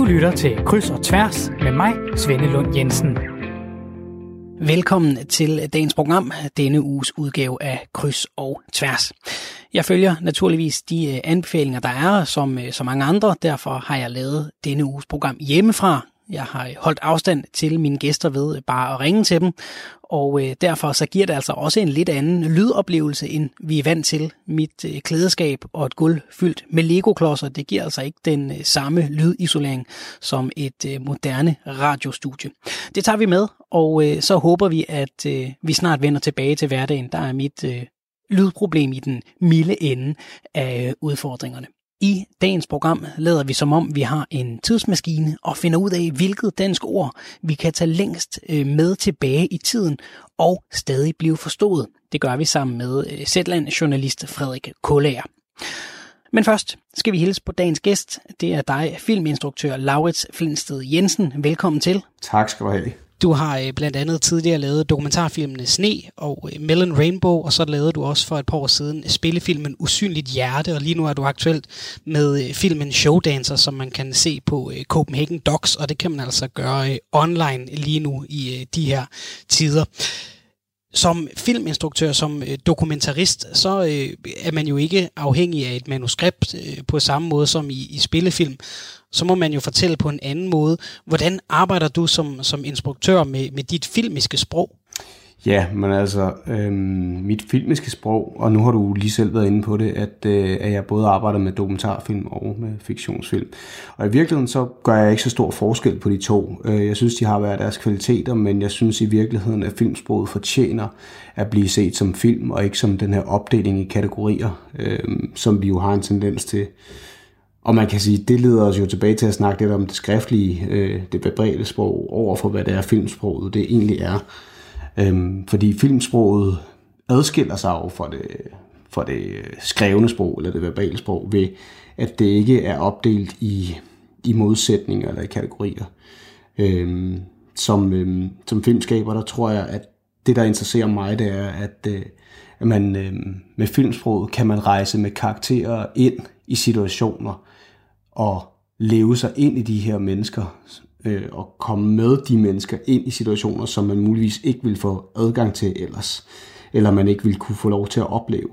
lytter til Kryds og Tværs med mig, Svende Lund Jensen. Velkommen til dagens program, denne uges udgave af Kryds og Tværs. Jeg følger naturligvis de anbefalinger, der er, som så mange andre. Derfor har jeg lavet denne uges program hjemmefra. Jeg har holdt afstand til mine gæster ved bare at ringe til dem, og derfor så giver det altså også en lidt anden lydoplevelse, end vi er vant til. Mit klædeskab og et gulv fyldt med Lego-klodser, det giver altså ikke den samme lydisolering som et moderne radiostudie. Det tager vi med, og så håber vi, at vi snart vender tilbage til hverdagen. Der er mit lydproblem i den milde ende af udfordringerne. I dagens program lader vi som om, vi har en tidsmaskine og finder ud af, hvilket dansk ord vi kan tage længst med tilbage i tiden og stadig blive forstået. Det gør vi sammen med Zetland-journalist Frederik Kullager. Men først skal vi hilse på dagens gæst. Det er dig, filminstruktør Laurits Flensted Jensen. Velkommen til. Tak skal du have. Du har blandt andet tidligere lavet dokumentarfilmene Sne og Melon Rainbow, og så lavede du også for et par år siden spillefilmen Usynligt Hjerte, og lige nu er du aktuelt med filmen Showdancer, som man kan se på Copenhagen Docs, og det kan man altså gøre online lige nu i de her tider. Som filminstruktør, som dokumentarist, så er man jo ikke afhængig af et manuskript på samme måde som i spillefilm. Så må man jo fortælle på en anden måde. Hvordan arbejder du som instruktør med dit filmiske sprog? Ja, men altså, mit filmiske sprog, og nu har du lige selv været inde på det, at jeg både arbejder med dokumentarfilm og med fiktionsfilm. Og i virkeligheden så gør jeg ikke så stor forskel på de to. Jeg synes, de har været deres kvaliteter, men jeg synes i virkeligheden, at filmsproget fortjener at blive set som film, og ikke som den her opdeling i kategorier, som vi jo har en tendens til. Og man kan sige, det leder os jo tilbage til at snakke lidt om det skriftlige, det verbale sprog, over for hvad det er filmsproget, det egentlig er. Fordi filmsproget adskiller sig jo fra det skrevne sprog, eller det verbale sprog, ved at det ikke er opdelt i modsætninger eller i kategorier. Som filmskaber, der tror jeg, at det, der interesserer mig, det er, at man med filmsproget kan man rejse med karakterer ind i situationer, og leve sig ind i de her mennesker, og komme med de mennesker ind i situationer, som man muligvis ikke vil få adgang til ellers, eller man ikke vil kunne få lov til at opleve.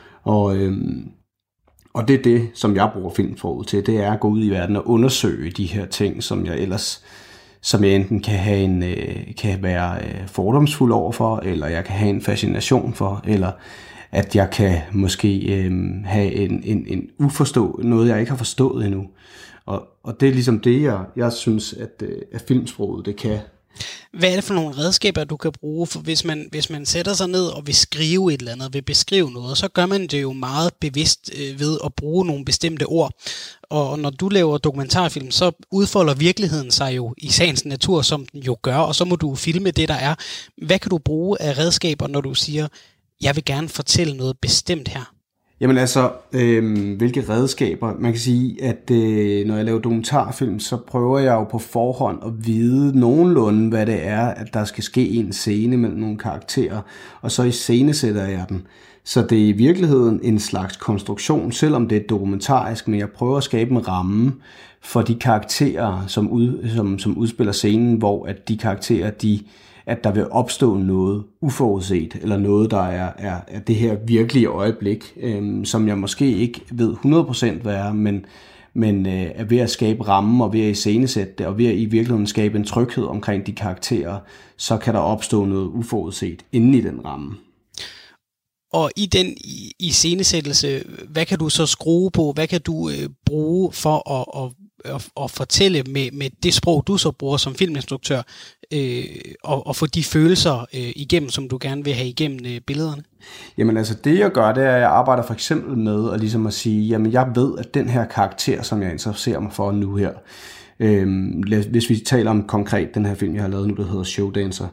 Og det er det, som jeg bruger filmsproget til, det er at gå ud i verden og undersøge de her ting, som jeg enten kan være fordomsfuld overfor, eller jeg kan have en fascination for, eller at jeg kan måske have en noget, jeg ikke har forstået endnu. Og det er ligesom det, jeg synes, at filmsproget det kan. Hvad er det for nogle redskaber, du kan bruge? For hvis man sætter sig ned og vil skrive et eller andet, vil beskrive noget, så gør man det jo meget bevidst ved at bruge nogle bestemte ord. Og når du laver dokumentarfilm, så udfolder virkeligheden sig jo i sagens natur, som den jo gør, og så må du filme det, der er. Hvad kan du bruge af redskaber, når du siger, jeg vil gerne fortælle noget bestemt her? Jamen altså, hvilke redskaber? Man kan sige, at når jeg laver dokumentarfilm, så prøver jeg jo på forhånd at vide nogenlunde, hvad det er, at der skal ske i en scene mellem nogle karakterer, og så iscenesætter jeg den. Så det er i virkeligheden en slags konstruktion, selvom det er dokumentarisk, men jeg prøver at skabe en ramme for de karakterer, som udspiller scenen, hvor at de karakterer, at der vil opstå noget uforudset, eller noget, der er det her virkelige øjeblik, som jeg måske ikke ved 100% hvad er, men er ved at skabe rammen, og ved at iscenesætte det, og ved at i virkeligheden skabe en tryghed omkring de karakterer, så kan der opstå noget uforudset inde i den ramme. Og i den iscenesættelse, hvad kan du så skrue på? Hvad kan du bruge for at fortælle med det sprog, du så bruger som filminstruktør, og få de følelser igennem, som du gerne vil have igennem billederne? Jamen altså, det jeg gør, det er, at jeg arbejder for eksempel med at, ligesom at sige, jamen jeg ved, at den her karakter, som jeg interesserer mig for nu her, hvis vi taler om konkret den her film, jeg har lavet nu, der hedder Showdancer,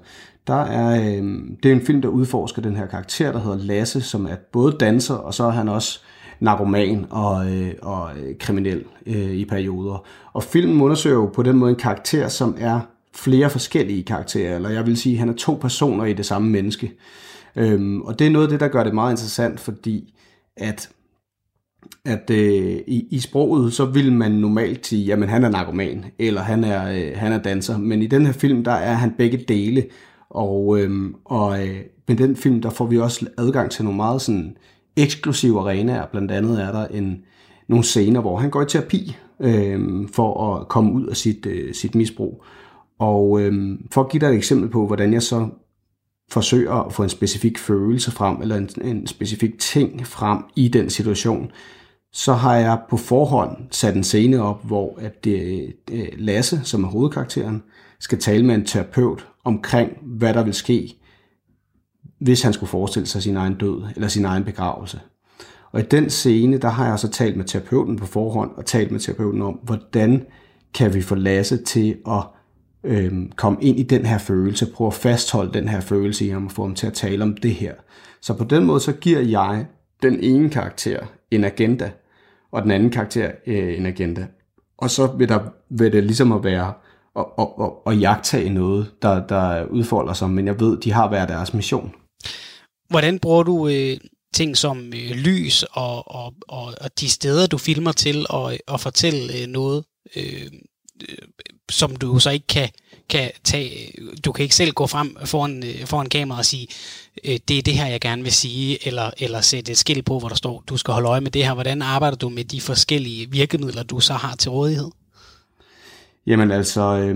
det er en film, der udforsker den her karakter, der hedder Lasse, som er både danser, og så er han også narkoman og kriminel i perioder. Og filmen undersøger jo på den måde en karakter, som er flere forskellige karakterer, eller jeg vil sige, at han er 2 personer i det samme menneske. Og det er noget af det, der gør det meget interessant, fordi at at i sproget, så vil man normalt sige, jamen han er narkoman, eller han er danser, men i den her film, der er han begge dele, og med den film, der får vi også adgang til nogle meget sådan eksklusive arenaer, blandt andet er der nogle scener, hvor han går i terapi, for at komme ud af sit misbrug, og for at give dig et eksempel på, hvordan jeg så forsøger at få en specifik følelse frem, eller en specifik ting frem i den situation, så har jeg på forhånd sat en scene op, hvor at Lasse, som er hovedkarakteren, skal tale med en terapeut omkring, hvad der vil ske, hvis han skulle forestille sig sin egen død, eller sin egen begravelse. Og i den scene, der har jeg så talt med terapeuten på forhånd, og talt med terapeuten om, hvordan kan vi få Lasse til at komme ind i den her følelse, prøve at fastholde den her følelse i ham, og få ham til at tale om det her. Så på den måde, så giver jeg den ene karakter en agenda, og den anden karakter en agenda. Og så vil det ligesom at være at jagtage noget, der udfolder sig, men jeg ved, de har hver deres mission. Hvordan bruger du ting som lys og de steder, du filmer til at fortælle noget, som du så ikke kan tage? Du kan ikke selv gå frem foran kamera og sige, det er det her, jeg gerne vil sige, eller sætte et skilt på, hvor der står, du skal holde øje med det her. Hvordan arbejder du med de forskellige virkemidler, du så har til rådighed? Jamen altså,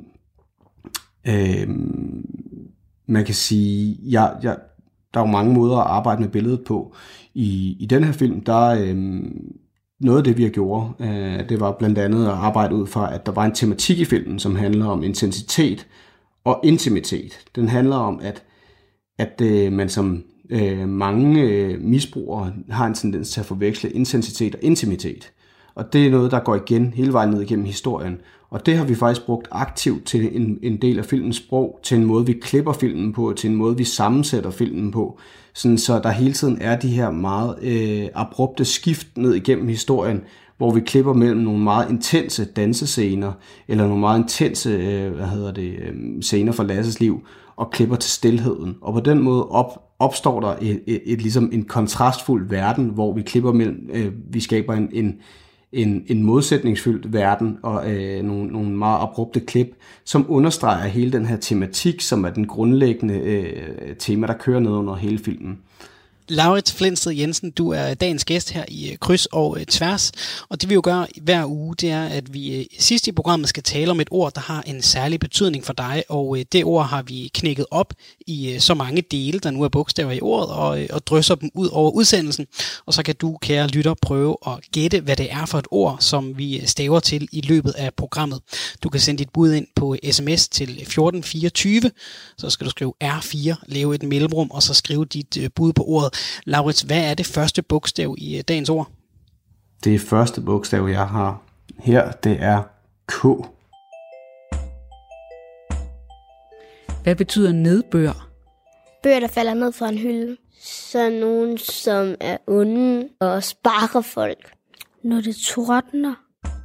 man kan sige, der er jo mange måder at arbejde med billedet på. I den her film, der noget af det, vi har gjort, det var blandt andet at arbejde ud fra, at der var en tematik i filmen, som handler om intensitet og intimitet. Den handler om, at man som mange misbrugere har en tendens til at forveksle intensitet og intimitet. Og det er noget, der går igen hele vejen ned igennem historien. Og det har vi faktisk brugt aktivt til en del af filmens sprog, til en måde, vi klipper filmen på, til en måde, vi sammensætter filmen på, sådan så der hele tiden er de her meget abrupte skift ned igennem historien, hvor vi klipper mellem nogle meget intense dansescener, eller nogle meget intense scener fra Lasses liv, og klipper til stilheden. Og på den måde opstår der ligesom en kontrastfuld verden, hvor vi klipper mellem, vi skaber en modsætningsfyldt verden og nogle meget abrupte klip, som understreger hele den her tematik, som er den grundlæggende tema, der kører ned under hele filmen. Lauritz Flensted Jensen, du er dagens gæst her i Kryds og Tværs, og det vi jo gør hver uge, det er, at vi sidst i programmet skal tale om et ord, der har en særlig betydning for dig, og det ord har vi knækket op i så mange dele, der nu er bogstaver i ordet, og drysser dem ud over udsendelsen, og så kan du, kære lytter, prøve at gætte, hvad det er for et ord, som vi staver til i løbet af programmet. Du kan sende dit bud ind på sms til 1424, så skal du skrive R4, lave et mellemrum, og så skrive dit bud på ordet. Lauritz, hvad er det første bogstav i dagens ord? Det første bogstav, jeg har her, det er K. Hvad betyder nedbør? Bøger, der falder ned fra en hylde. Så nogen, som er onde og sparker folk. Når det tordner.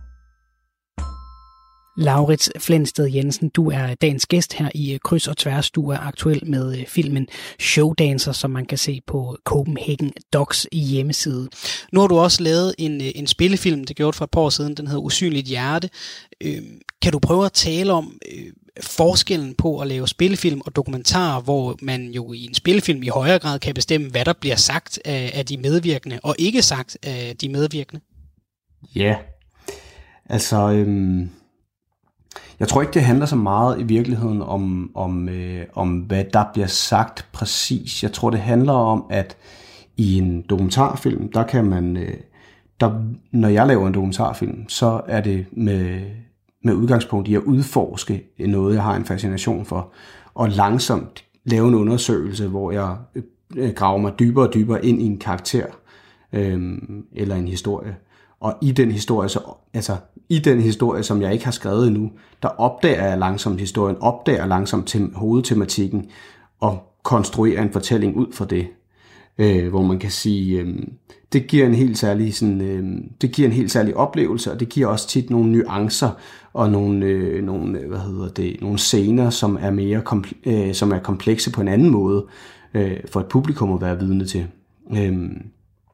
Lauritz Flensted Jensen, du er dagens gæst her i Kryds og Tværs. Du er aktuel med filmen Showdancer, som man kan se på Copenhagen Docs hjemmeside. Nu har du også lavet en spillefilm, det gjorde for et par år siden, den hedder Usynligt Hjerte. Kan du prøve at tale om forskellen på at lave spillefilm og dokumentarer, hvor man jo i en spillefilm i højere grad kan bestemme, hvad der bliver sagt af de medvirkende, og ikke sagt af de medvirkende? Ja, altså... Jeg tror ikke, det handler så meget i virkeligheden om hvad der bliver sagt præcis. Jeg tror, det handler om, at i en dokumentarfilm, der kan man, når jeg laver en dokumentarfilm, så er det med udgangspunkt i at udforske noget, jeg har en fascination for, og langsomt lave en undersøgelse, hvor jeg graver mig dybere og dybere ind i en karakter eller en historie. Og i den historie, som jeg ikke har skrevet endnu, der opdager jeg langsomt historien, opdager langsomt hovedtematikken og konstruerer en fortælling ud fra det, hvor man kan sige, det giver en helt særlig oplevelse, og det giver også tit nogle nuancer og nogle scener, som er mere som er komplekse på en anden måde for et publikum at være vidne til.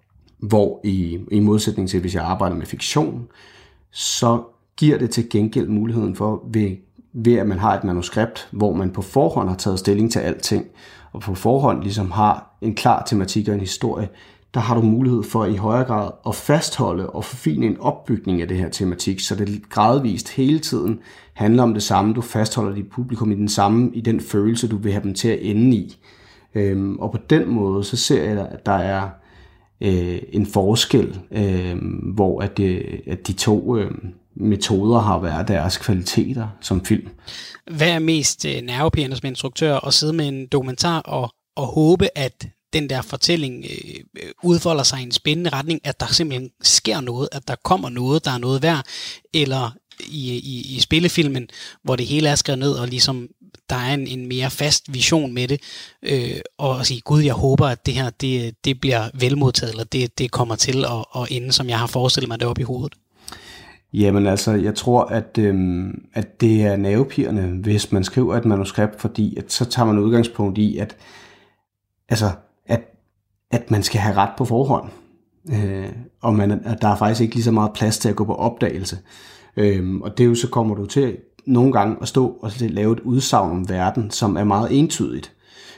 Hvor i modsætning til, hvis jeg arbejder med fiktion, så giver det til gengæld muligheden for, ved at man har et manuskript, hvor man på forhånd har taget stilling til alting, og på forhånd ligesom har en klar tematik og en historie, der har du mulighed for i højere grad at fastholde og forfine en opbygning af det her tematik, så det gradvist hele tiden handler om det samme. Du fastholder dit publikum i den følelse, du vil have dem til at ende i. Og på den måde, så ser jeg, at der er en forskel, hvor at de to metoder har været deres kvaliteter som film. Hvad er mest nervepirrende som instruktør, at sidde med en dokumentar og håbe, at den der fortælling udfolder sig i en spændende retning, at der simpelthen sker noget, at der kommer noget, der er noget værd, eller i spillefilmen, hvor det hele er skrevet ned, og ligesom der er en mere fast vision med det, og at sige, gud, jeg håber, at det her, det bliver velmodtaget, eller det kommer til at ende, som jeg har forestillet mig det op i hovedet. Jamen altså, jeg tror, at det er nervepirrende, hvis man skriver et manuskript, fordi at så tager man udgangspunkt i, at man skal have ret på forhånd. Og der er faktisk ikke lige så meget plads til at gå på opdagelse. Og det er jo, så kommer du til nogle gange at stå og lave et udsagn om verden, som er meget entydigt.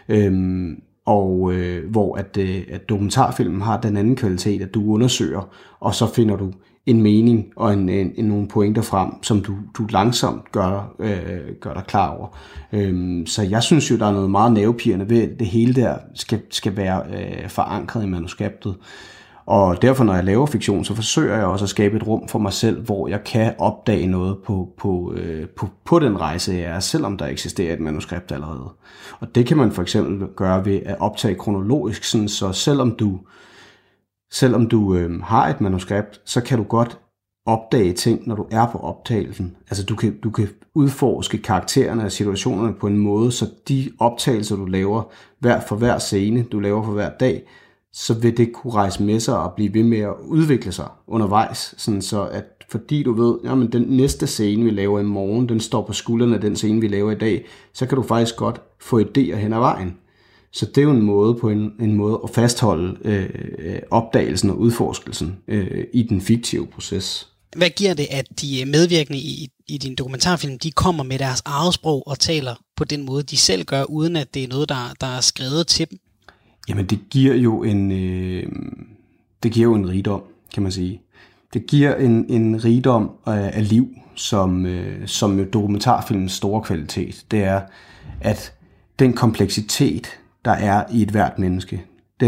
Hvor at dokumentarfilmen har den anden kvalitet, at du undersøger, og så finder du en mening og nogle pointer frem, som du langsomt gør dig klar over. Så jeg synes jo, der er noget meget nervepirrende ved, at det hele der skal være forankret i manuskriptet. Og derfor, når jeg laver fiktion, så forsøger jeg også at skabe et rum for mig selv, hvor jeg kan opdage noget på den rejse, jeg er, selvom der eksisterer et manuskript allerede. Og det kan man for eksempel gøre ved at optage kronologisk, sådan, så selvom du har et manuskript, så kan du godt opdage ting, når du er på optagelsen. Altså du kan udforske karaktererne og situationerne på en måde, så de optagelser, du laver for hver scene, du laver for hver dag, så vil det kunne rejse med sig og blive ved med at udvikle sig undervejs. Sådan så at fordi du ved, jamen den næste scene, vi laver i morgen, den står på skuldrene af den scene, vi laver i dag, så kan du faktisk godt få idéer hen ad vejen. Så det er jo en måde at fastholde opdagelsen og udforskelsen i den fiktive proces. Hvad giver det, at de medvirkende i din dokumentarfilm, de kommer med deres eget sprog og taler på den måde, de selv gør, uden at det er noget, der er skrevet til dem? Jamen det giver jo en rigdom, kan man sige. Det giver en rigdom af liv, som jo dokumentarfilmens store kvalitet. Det er, at den kompleksitet, der er i et hvert menneske,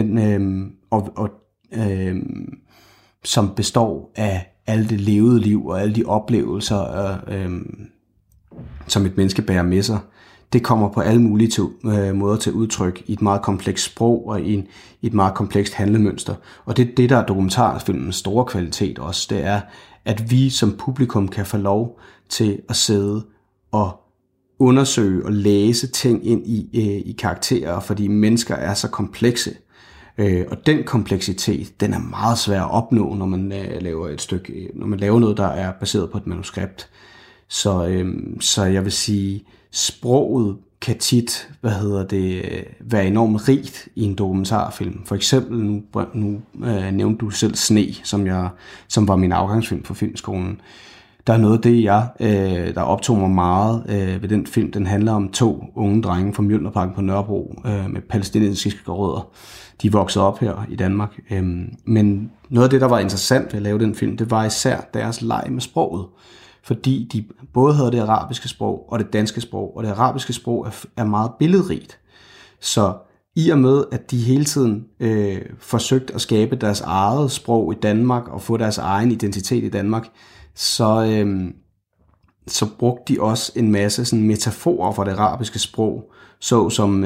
som består af alle det levede liv og alle de oplevelser, som et menneske bærer med sig, det kommer på alle mulige måder til udtryk i et meget komplekst sprog og i et meget komplekst handlemønster. Og det er det, der er dokumentarfilmens store kvalitet også. Det er, at vi som publikum kan få lov til at sidde og undersøge og læse ting ind i karakterer, fordi mennesker er så komplekse. Og den kompleksitet, den er meget svær at opnå, når man laver noget, der er baseret på et manuskript. Så jeg vil sige, sproget kan tit, være enormt rigt i en dokumentarfilm. For eksempel, nu nævnte du selv Sne, som var min afgangsfilm for filmskolen. Der er noget af det, der optog mig meget ved den film. Den handler om 2 unge drenge fra Mjølnerparken på Nørrebro med palæstinensiske rødder. De voksede op her i Danmark. Men noget af det, der var interessant ved at lave den film, det var især deres leg med sproget. Fordi de både havde det arabiske sprog og det danske sprog, og det arabiske sprog er meget billedrigt. Så i og med, at de hele tiden forsøgte at skabe deres eget sprog i Danmark og få deres egen identitet i Danmark, så brugte de også en masse sådan metaforer for det arabiske sprog, såsom,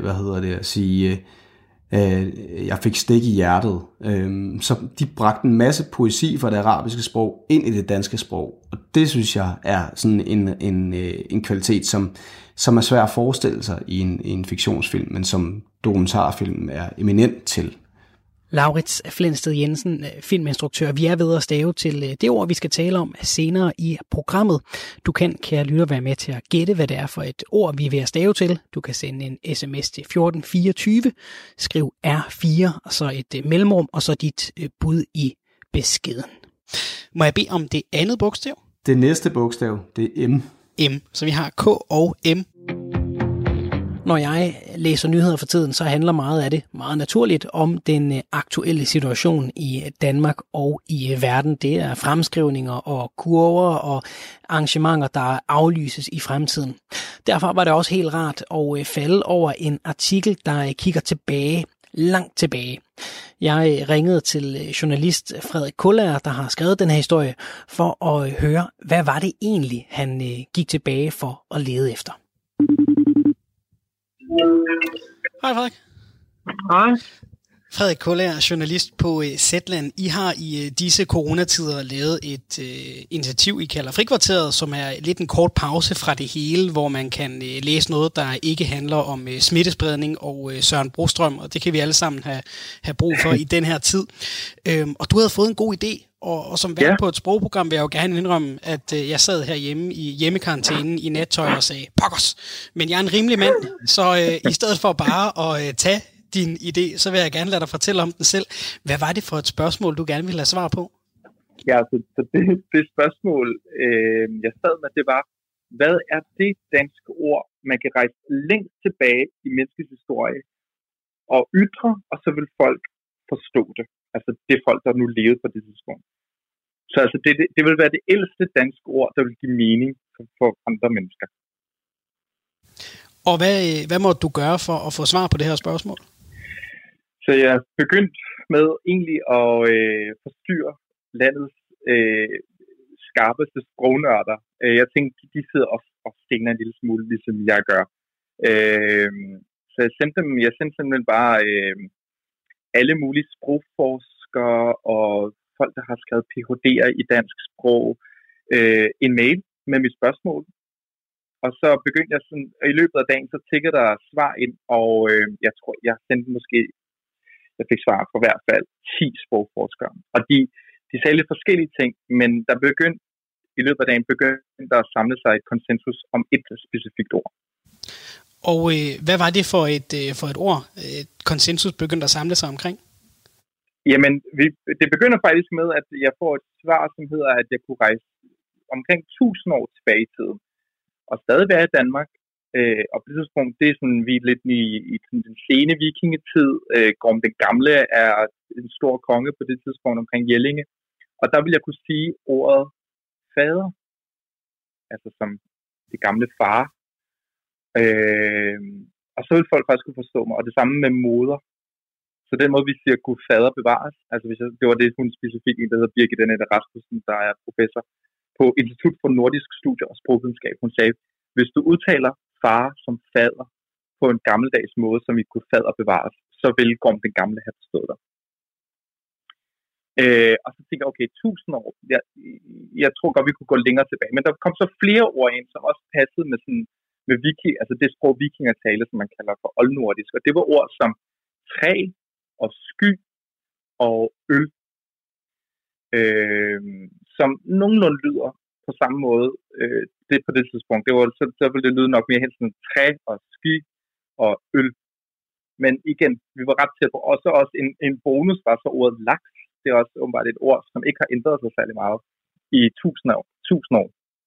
jeg fik stik i hjertet. Så de bragte en masse poesi fra det arabiske sprog ind i det danske sprog. Og det synes jeg er sådan en kvalitet, som er svær at forestille sig i en fiktionsfilm, men som dokumentarfilm er eminent til. Laurits Flensted Jensen, filminstruktør. Vi er ved at stave til det ord, vi skal tale om senere i programmet. Du kan, kære lytter, være med til at gætte, hvad det er for et ord, vi er ved at stave til. Du kan sende en sms til 1424, skriv R4, og så et mellemrum, og så dit bud i beskeden. Må jeg bede om det andet bogstav? Det næste bogstav, det er M. M. Så vi har K og M. Når jeg læser nyheder for tiden, så handler meget af det meget naturligt om den aktuelle situation i Danmark og i verden. Det er fremskrivninger og kurver og arrangementer, der aflyses i fremtiden. Derfor var det også helt rart at falde over en artikel, der kigger tilbage, langt tilbage. Jeg ringede til journalist Frederik Kullager, der har skrevet den her historie, for at høre, hvad var det egentlig, han gik tilbage for at lede efter. Hej Frederik. Hej. Frederik Kullager, journalist på Zetland. I har i disse coronatider lavet et initiativ, I kalder Frikvarteret, som er lidt en kort pause fra det hele, hvor man kan læse noget, der ikke handler om smittespredning og Søren Brostrøm, og det kan vi alle sammen have brug for i den her tid. Og du havde fået en god idé, og som vært på et sprogprogram vil jeg jo gerne indrømme, at jeg sad herhjemme i hjemmekarantænen i nattøj og sagde, pokkers, men jeg er en rimelig mand, så i stedet for bare at tage din idé, så vil jeg gerne lade dig fortælle om den selv. Hvad var det for et spørgsmål, du gerne ville have svar på? Ja, så det spørgsmål, jeg sad med, det var, hvad er det danske ord, man kan rejse længst tilbage i menneskets historie og ytre, og så vil folk forstå det. Altså det folk, der nu levede på det tidspunkt. Så altså, det vil være det ældste danske ord, der vil give mening for andre mennesker. Og hvad må du gøre for at få svar på det her spørgsmål? Så jeg begyndte med egentlig at forstyrre landets skarpeste sprognørder. Jeg tænkte, de sidder og stener en lille smule, ligesom jeg gør. Så jeg sendte simpelthen bare alle mulige sprogforskere og folk, der har skrevet PhD'er i dansk sprog, en mail med mit spørgsmål. Og så begyndte jeg sådan, i løbet af dagen, så tikkede der svar ind, og jeg tror, jeg fik svar fra i hvert fald 10 sprogforskere. Og de sagde lidt forskellige ting, men i løbet af dagen begyndte der at samle sig et konsensus om et specifikt ord. Og hvad var det for et ord, konsensus begyndte at samle sig omkring? Jamen, det begynder faktisk med, at jeg får et svar, som hedder, at jeg kunne rejse omkring 1000 år tilbage i tiden, og stadig være i Danmark. Og på det tidspunkt, det er sådan, vi er lidt i den sene vikingetid. Gorm den Gamle er en stor konge på det tidspunkt omkring Jellinge. Og der vil jeg kunne sige ordet fader, altså som det gamle far. Og så vil folk faktisk kunne forstå mig. Og det samme med moder. Så den måde, vi siger, at Gud fader bevares. Altså det var det, hun specifikt, der hedder Birgit Annette Rasmussen, der er professor på Institut for Nordisk Studier og Sprogvidenskab. Hun sagde, hvis du udtaler far som fader på en gammeldags måde, som vi kunne fader bevares, så vil Gorm den Gamle have forstået dig. Og så tænker jeg, okay, 1000 år, jeg tror godt, vi kunne gå længere tilbage, men der kom så flere ord ind, som også passede med viking, altså det sprog vikinger taler, som man kalder for oldnordisk, og det var ord som træ og sky og øl, som nogenlunde lyder på samme måde, det på det tidspunkt. Så ville det lyde nok mere hen sådan træ og sky og øl. Men igen, vi var ret tæt på. Og så også en bonus var så ordet laks. Det er også åbenbart et ord, som ikke har ændret sig særlig meget i 1000 år.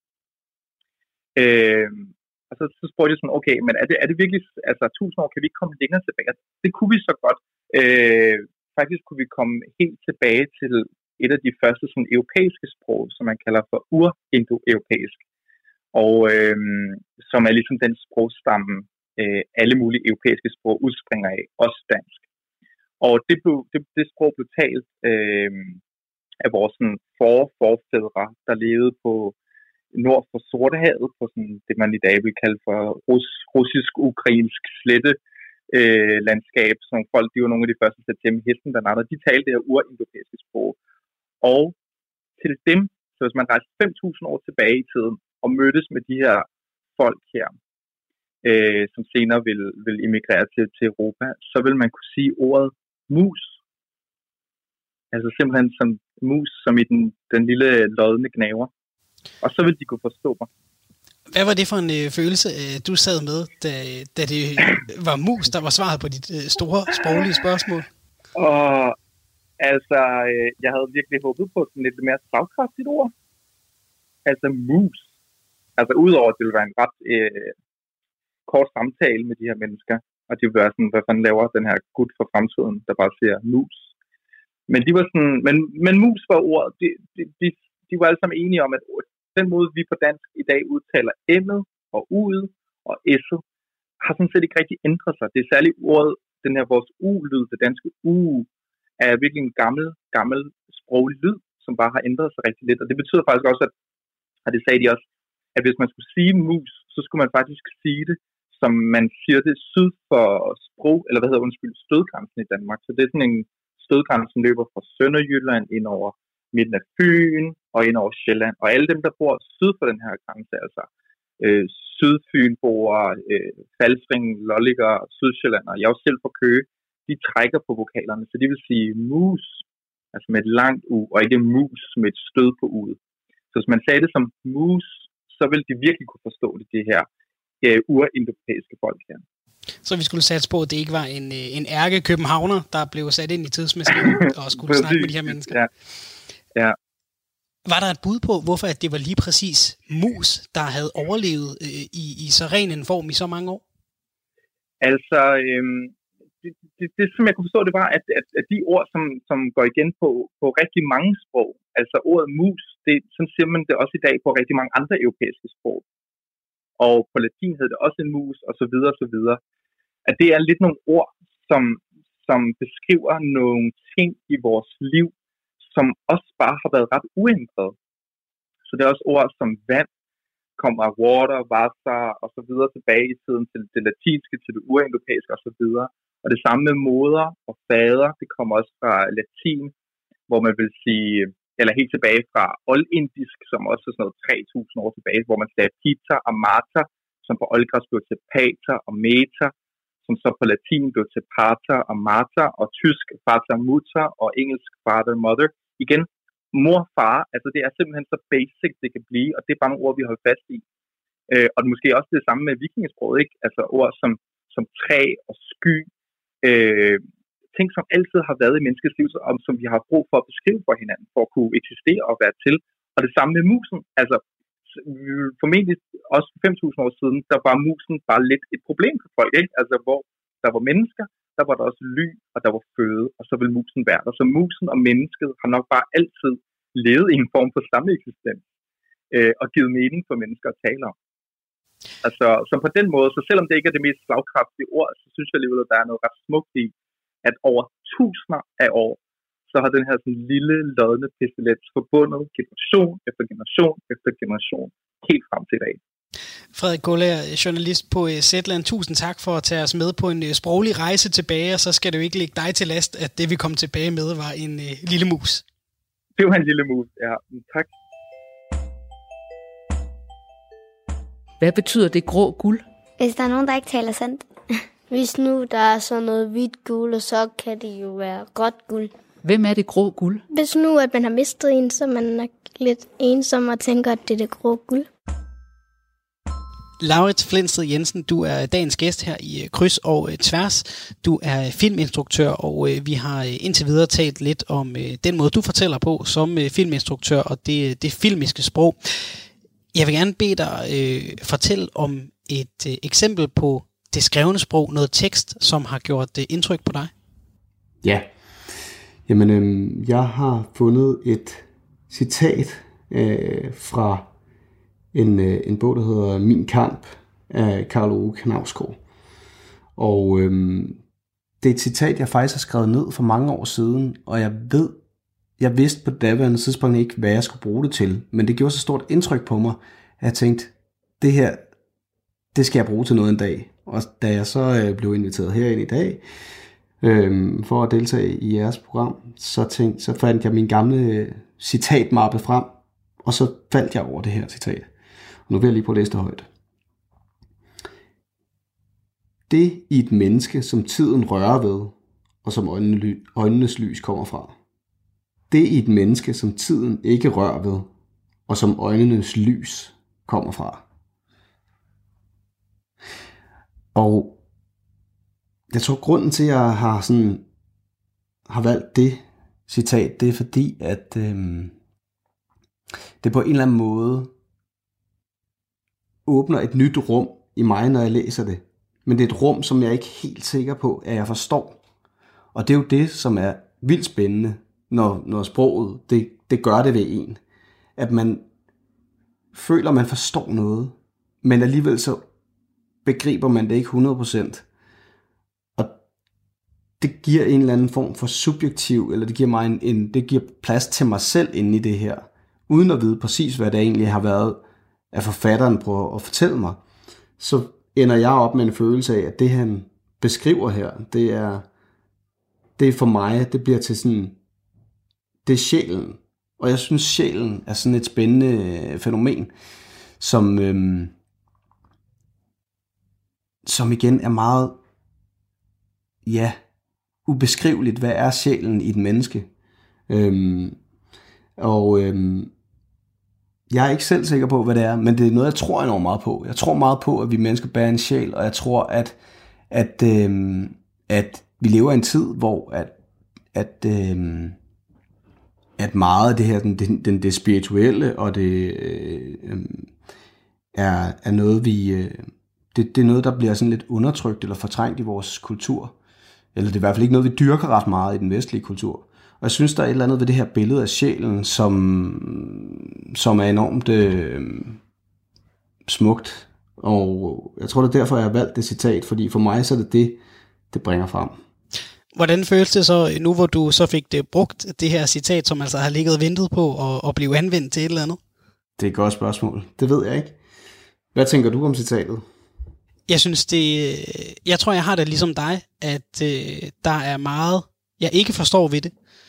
Og så spurgte jeg sådan, okay, men er det virkelig, altså 1000 år, kan vi ikke komme længere tilbage? Det kunne vi så godt. Faktisk kunne vi komme helt tilbage til et af de første sådan europæiske sprog, som man kalder for urindoeuropæisk, og som er ligesom den sprogstamme, alle mulige europæiske sprog udspringer af, også dansk. Og det sprog blev talt af vores sådan, forfædre, der levede på nord for Sortehavet, på sådan, det man i dag vil kalde for russisk-ukrainsk slette landskab, som folk, de var nogle af de første til at tæmme hesten dernede, de talte det her urindoeuropæiske sprog. Og til dem, så hvis man rejste 5.000 år tilbage i tiden og mødtes med de her folk her, som senere vil emigrere til Europa, så vil man kunne sige ordet mus Altså simpelthen som mus, som i den lille lodne gnaver. Og så vil de kunne forstå mig. Hvad var det for en følelse, du sad med, da det var mus, der var svaret på dit store sproglige spørgsmål? Og altså, jeg havde virkelig håbet på sådan lidt mere slagkraftigt ord. Altså mus. Altså udover, at det ville være en ret kort samtale med de her mennesker. Og de ville være sådan, hvad fanden laver den her gut for fremtiden, der bare siger mus. Men de var sådan, men mus var ordet. De var alle sammen enige om, at den måde, vi på dansk i dag udtaler m'et og u'et og s'et, har sådan set ikke rigtig ændret sig. Det er særligt ordet, den her vores u-lyd, det danske u, er virkelig en gammel sproglig lyd, som bare har ændret sig rigtig lidt. Og det betyder faktisk også, at det sagde de også, at hvis man skulle sige mus, så skulle man faktisk sige det, som man siger det syd for stødgrænsen i Danmark. Så det er sådan en stødgrænsen løber fra Sønderjylland ind over midten af Fyn og ind over Sjælland. Og alle dem, der bor syd for den her grænse, altså Sydfynboer, Falstring, Lolliger, Sydsjælland, og jeg er jo selv fra Køge, de trækker på vokalerne, så de vil sige mus, altså med et langt u, og ikke mus med et stød på u'et. Så hvis man sagde det som mus, så ville de virkelig kunne forstå det her urindoeuropæiske folk her. Så vi skulle satse på, at det ikke var en ærke-københavner, der blev sat ind i tidsmaskinen og skulle snakke med de her mennesker. Ja. Var der et bud på, hvorfor at det var lige præcis mus, der havde overlevet i så ren en form i så mange år? Altså, det som jeg kunne forstå, det var, at de ord, som går igen på rigtig mange sprog, altså ordet mus, sådan siger man det også i dag på rigtig mange andre europæiske sprog. Og på latin hedder det også en mus, og så videre, og så videre. At det er lidt nogle ord, som beskriver nogle ting i vores liv, som også bare har været ret uændret. Så det er også ord som vand, kommer water, wasser, og så videre tilbage i tiden til det latinske, til det ureuropæiske, og så videre. Og det samme med moder og fader, det kommer også fra latin, hvor man vil sige, eller helt tilbage fra oldindisk, som også er sådan noget 3000 år tilbage, hvor man sagde pita og mater, som på oldgræsk blev til pater og meter, som så på latin blev til pater og mater, og tysk pater mutter, og engelsk father mother. Igen, mor og far, altså det er simpelthen så basic, det kan blive, og det er bare nogle ord, vi holder fast i. Og det er måske også det samme med vikingesproget, ikke? Altså ord som træ og sky, ting, som altid har været i menneskets liv, og som vi har brug for at beskrive for hinanden, for at kunne eksistere og være til. Og det samme med musen, altså formentlig også for 5.000 år siden, der var musen bare lidt et problem for folk, ikke? Altså hvor der var mennesker, der var der også ly, og der var føde, og så ville musen være der. Så musen og mennesket har nok bare altid levet i en form for sameksistens, og givet mening for mennesker at tale om. Altså, så på den måde, så selvom det ikke er det mest slagkraftige ord, så synes jeg alligevel, at der er noget ret smukt i, at over tusinder af år, så har den her sådan lille, lodne pestilens forbundet generation efter generation efter generation, helt frem til i dag. Frederik Gullager, journalist på Zetland, tusind tak for at tage os med på en sproglig rejse tilbage, og så skal det jo ikke ligge dig til last, at det vi kom tilbage med var en lille mus. Det var en lille mus, ja. Tak. Hvad betyder det grå guld? Hvis der er nogen, der ikke taler sandt. Hvis nu der er sådan noget hvidt guld, så kan det jo være gråt guld. Hvem er det grå guld? Hvis nu at man har mistet en, så er man nok lidt ensom og tænker, at det er det grå guld. Laurits Flensted Jensen, du er dagens gæst her i Kryds og Tværs. Du er filminstruktør, og vi har indtil videre talt lidt om den måde, du fortæller på som filminstruktør og det filmiske sprog. Jeg vil gerne bede dig fortælle om et eksempel på det skrevne sprog, noget tekst, som har gjort indtryk på dig. Ja, jamen jeg har fundet et citat fra en bog, der hedder Min Kamp af Karl Ove Knausgård. Og det er et citat, jeg faktisk har skrevet ned for mange år siden, og jeg vidste på daværende tidspunkt ikke, hvad jeg skulle bruge det til, men det gjorde så stort indtryk på mig, at jeg tænkte, det her, det skal jeg bruge til noget en dag. Og da jeg så blev inviteret herind i dag, for at deltage i jeres program, så fandt jeg min gamle citatmappe frem, og så faldt jeg over det her citat. Og nu vil jeg lige prøve at læse det højt. Det i et menneske, som tiden rører ved, og som øjnenes lys kommer fra. Det er et menneske, som tiden ikke rører ved, og som øjnenes lys kommer fra. Og jeg tror, grunden til, at jeg har valgt det citat, det er fordi, at det på en eller anden måde åbner et nyt rum i mig, når jeg læser det. Men det er et rum, som jeg ikke er helt sikker på, at jeg forstår. Og det er jo det, som er vildt spændende, når sproget, det gør det ved en. At man føler, man forstår noget, men alligevel så begriber man det ikke 100%. Og det giver en eller anden form for subjektiv, eller det giver mig det giver plads til mig selv inde i det her, uden at vide præcis, hvad det egentlig har været, at forfatteren prøver at fortælle mig. Så ender jeg op med en følelse af, at det han beskriver her, det er for mig, det bliver til sådan, det er sjælen. Og jeg synes, sjælen er sådan et spændende fænomen, som igen er meget, ubeskriveligt. Hvad er sjælen i et menneske? Jeg er ikke selv sikker på, hvad det er, men det er noget, jeg tror enormt meget på. Jeg tror meget på, at vi mennesker bærer en sjæl, og jeg tror, at vi lever i en tid, hvor at meget af det her, det spirituelle, og det er noget, det er noget, der bliver sådan lidt undertrykt eller fortrængt i vores kultur. Eller det er i hvert fald ikke noget, vi dyrker ret meget i den vestlige kultur. Og jeg synes, der er et eller andet ved det her billede af sjælen, som er enormt smukt. Og jeg tror, det er derfor, jeg har valgt det citat, fordi for mig så er det bringer frem. Hvordan føles det så, nu hvor du så fik det brugt, det her citat, som altså har ligget og ventet på at blive anvendt til et eller andet? Det er et godt spørgsmål. Det ved jeg ikke. Hvad tænker du om citatet? Jeg synes jeg tror, jeg har det ligesom dig, at der er meget, jeg ikke forstår ved det,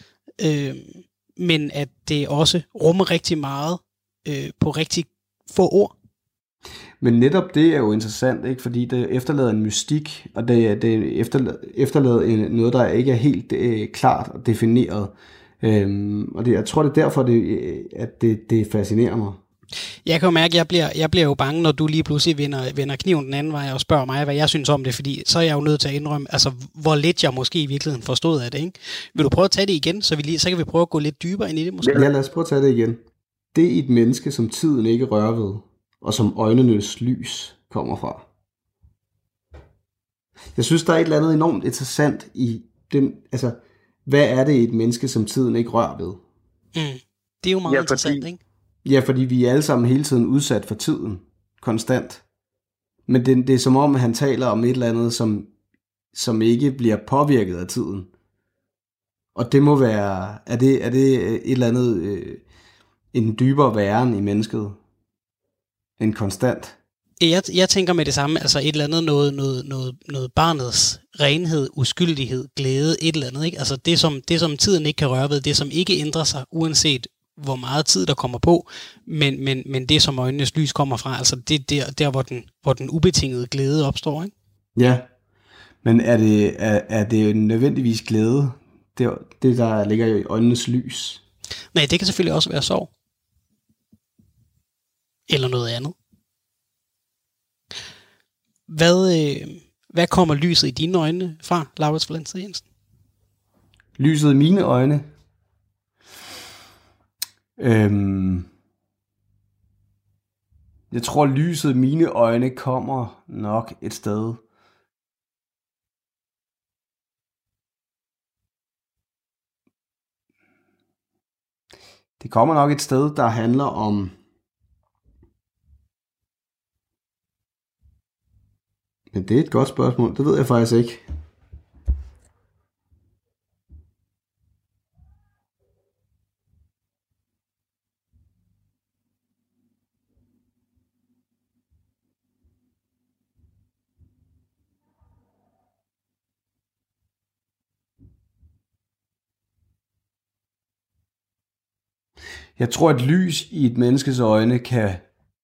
men at det også rummer rigtig meget på rigtig få ord. Men netop det er jo interessant, ikke? Fordi det efterlader en mystik, og det efterlader noget, der ikke er helt klart og defineret. Og jeg tror, det er derfor, at det fascinerer mig. Jeg kan jo mærke, at jeg bliver jo bange, når du lige pludselig vender kniven den anden vej og spørger mig, hvad jeg synes om det, fordi så er jeg jo nødt til at indrømme, altså hvor lidt jeg måske i virkeligheden forstod af det, ikke? Vil du prøve at tage det igen, så kan vi prøve at gå lidt dybere ind i det måske? Ja, lad os prøve at tage det igen. Det er et menneske, som tiden ikke rører ved, og som øjnenes lys kommer fra. Jeg synes, der er et eller andet enormt interessant i den, altså, hvad er det et menneske, som tiden ikke rører ved? Det er jo meget interessant, ikke? Ja, fordi vi er alle sammen hele tiden udsat for tiden, konstant. Men det er som om, han taler om et eller andet, som ikke bliver påvirket af tiden. Og det må være, er det et eller andet, en dybere væren i mennesket, en konstant? Jeg tænker med det samme, altså et eller andet noget barnets renhed, uskyldighed, glæde, et eller andet, ikke? Altså det som tiden ikke kan røre ved, det som ikke ændrer sig, uanset hvor meget tid der kommer på, men det som øjnenes lys kommer fra, altså det der hvor den ubetingede glæde opstår, ikke? Ja, men er det nødvendigvis glæde, det der ligger i øjnenes lys? Nej, det kan selvfølgelig også være sorg. Eller noget andet. Hvad kommer lyset i dine øjne fra, Laurits Vallenza Jensen? Lyset i mine øjne? Jeg tror, lyset i mine øjne kommer nok et sted. Det kommer nok et sted, der handler om men det er et godt spørgsmål. Det ved jeg faktisk ikke. Jeg tror, at lys i et menneskes øjne kan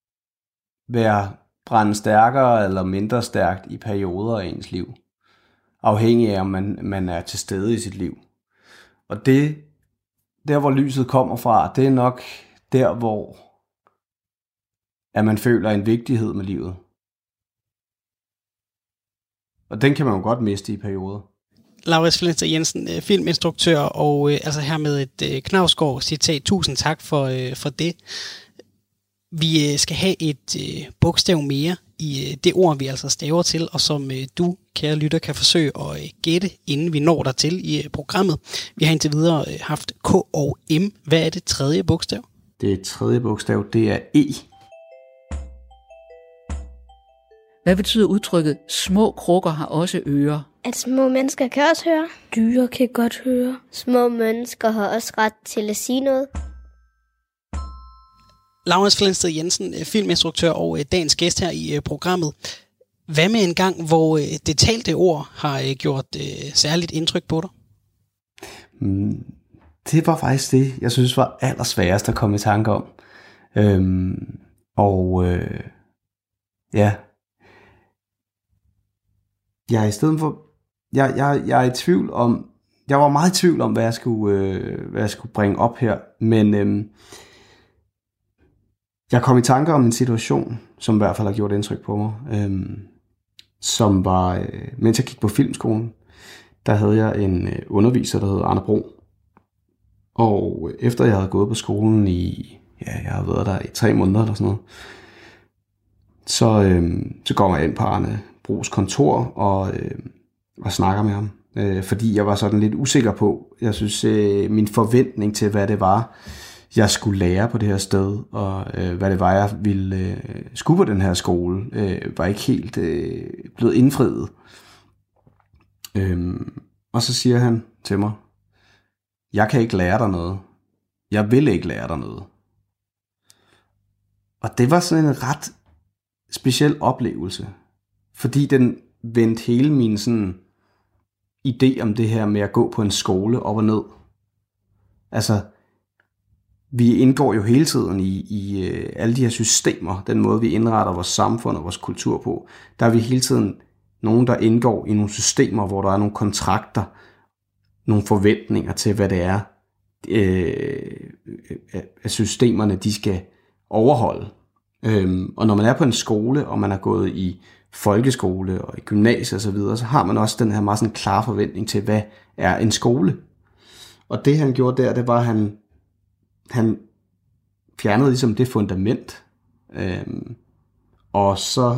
brænde stærkere eller mindre stærkt i perioder af ens liv. Afhængig af, om man er til stede i sit liv. Og det der hvor lyset kommer fra, det er nok der, hvor at man føler en vigtighed med livet. Og den kan man jo godt miste i perioder. Laurits Flensted Jensen, filminstruktør, og altså her med et Knausgård citat. Tusind tak for det. Vi skal have et bogstav mere i det ord, vi altså staver til, og som du, kære lytter, kan forsøge at gætte, inden vi når dertil i programmet. Vi har indtil videre haft K og M. Hvad er det tredje bogstav? Det tredje bogstav, det er E. Hvad betyder udtrykket, små krukker har også ører? At små mennesker kan også høre. Dyr kan godt høre. Små mennesker har også ret til at sige noget. Laurits Flensted Jensen, filminstruktør og dagens gæst her i programmet. Hvad med en gang, hvor det talte ord har gjort særligt indtryk på dig? Det var faktisk det, jeg synes var allersværest at komme i tanke om. Ja. Jeg er i stedet for... Jeg er i tvivl om... Jeg var meget i tvivl om, hvad jeg skulle bringe op her. Men jeg kom i tanke om en situation, som i hvert fald har gjort indtryk på mig. Som var... mens jeg gik på filmskolen, der havde jeg en underviser, der hed Arne Bro. Og efter jeg havde gået på skolen i... Ja, jeg havde været der i 3 måneder eller sådan noget. Så går jeg ind på Arne Bros kontor og snakker med ham. Fordi jeg var sådan lidt usikker på, jeg synes, min forventning til, hvad det var, jeg skulle lære på det her sted, og hvad det var, jeg ville skulle på den her skole, var ikke helt blevet indfriet. Og så siger han til mig, jeg kan ikke lære dig noget. Jeg vil ikke lære dig noget. Og det var sådan en ret speciel oplevelse, fordi den vendte hele min sådan idé om det her med at gå på en skole op og ned. Altså, vi indgår jo hele tiden i alle de her systemer, den måde vi indretter vores samfund og vores kultur på. Der er vi hele tiden nogen, der indgår i nogle systemer, hvor der er nogle kontrakter, nogle forventninger til, hvad det er, at systemerne de skal overholde. Og når man er på en skole, og man er gået i folkeskole og i gymnasie og så videre, så har man også den her meget sådan klar forventning til, hvad er en skole. Og det han gjorde der, det var, at han fjernede ligesom det fundament. Og så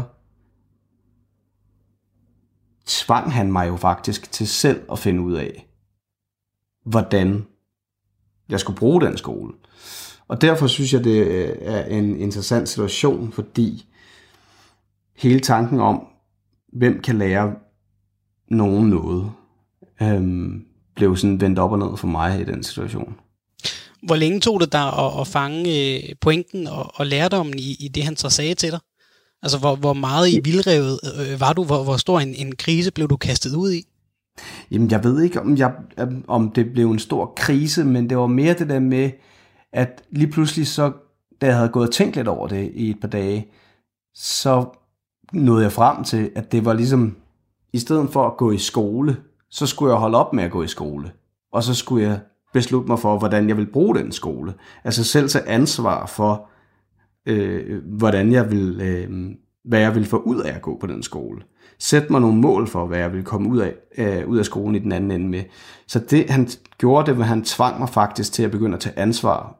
tvang han mig jo faktisk til selv at finde ud af, hvordan jeg skulle bruge den skole. Og derfor synes jeg, det er en interessant situation, fordi hele tanken om, hvem kan lære nogen noget, blev sådan vendt op og ned for mig i den situation. Hvor længe tog det dig at fange pointen og lærdommen i det, han så sagde til dig? Altså, hvor meget i vildrevet var du? Hvor stor en krise blev du kastet ud i? Jamen, jeg ved ikke, om det blev en stor krise, men det var mere det der med, at lige pludselig så, da jeg havde gået og tænkt lidt over det i et par dage, så nåede jeg frem til, at det var ligesom, i stedet for at gå i skole, så skulle jeg holde op med at gå i skole. Og så skulle jeg beslutte mig for, hvordan jeg vil bruge den skole. Altså selv tage ansvar for, hvordan jeg vil, hvad jeg vil få ud af at gå på den skole. Sæt mig nogle mål for, hvad jeg vil komme ud af skolen i den anden ende med. Så det, han gjorde, det var, at han tvang mig faktisk til at begynde at tage ansvar.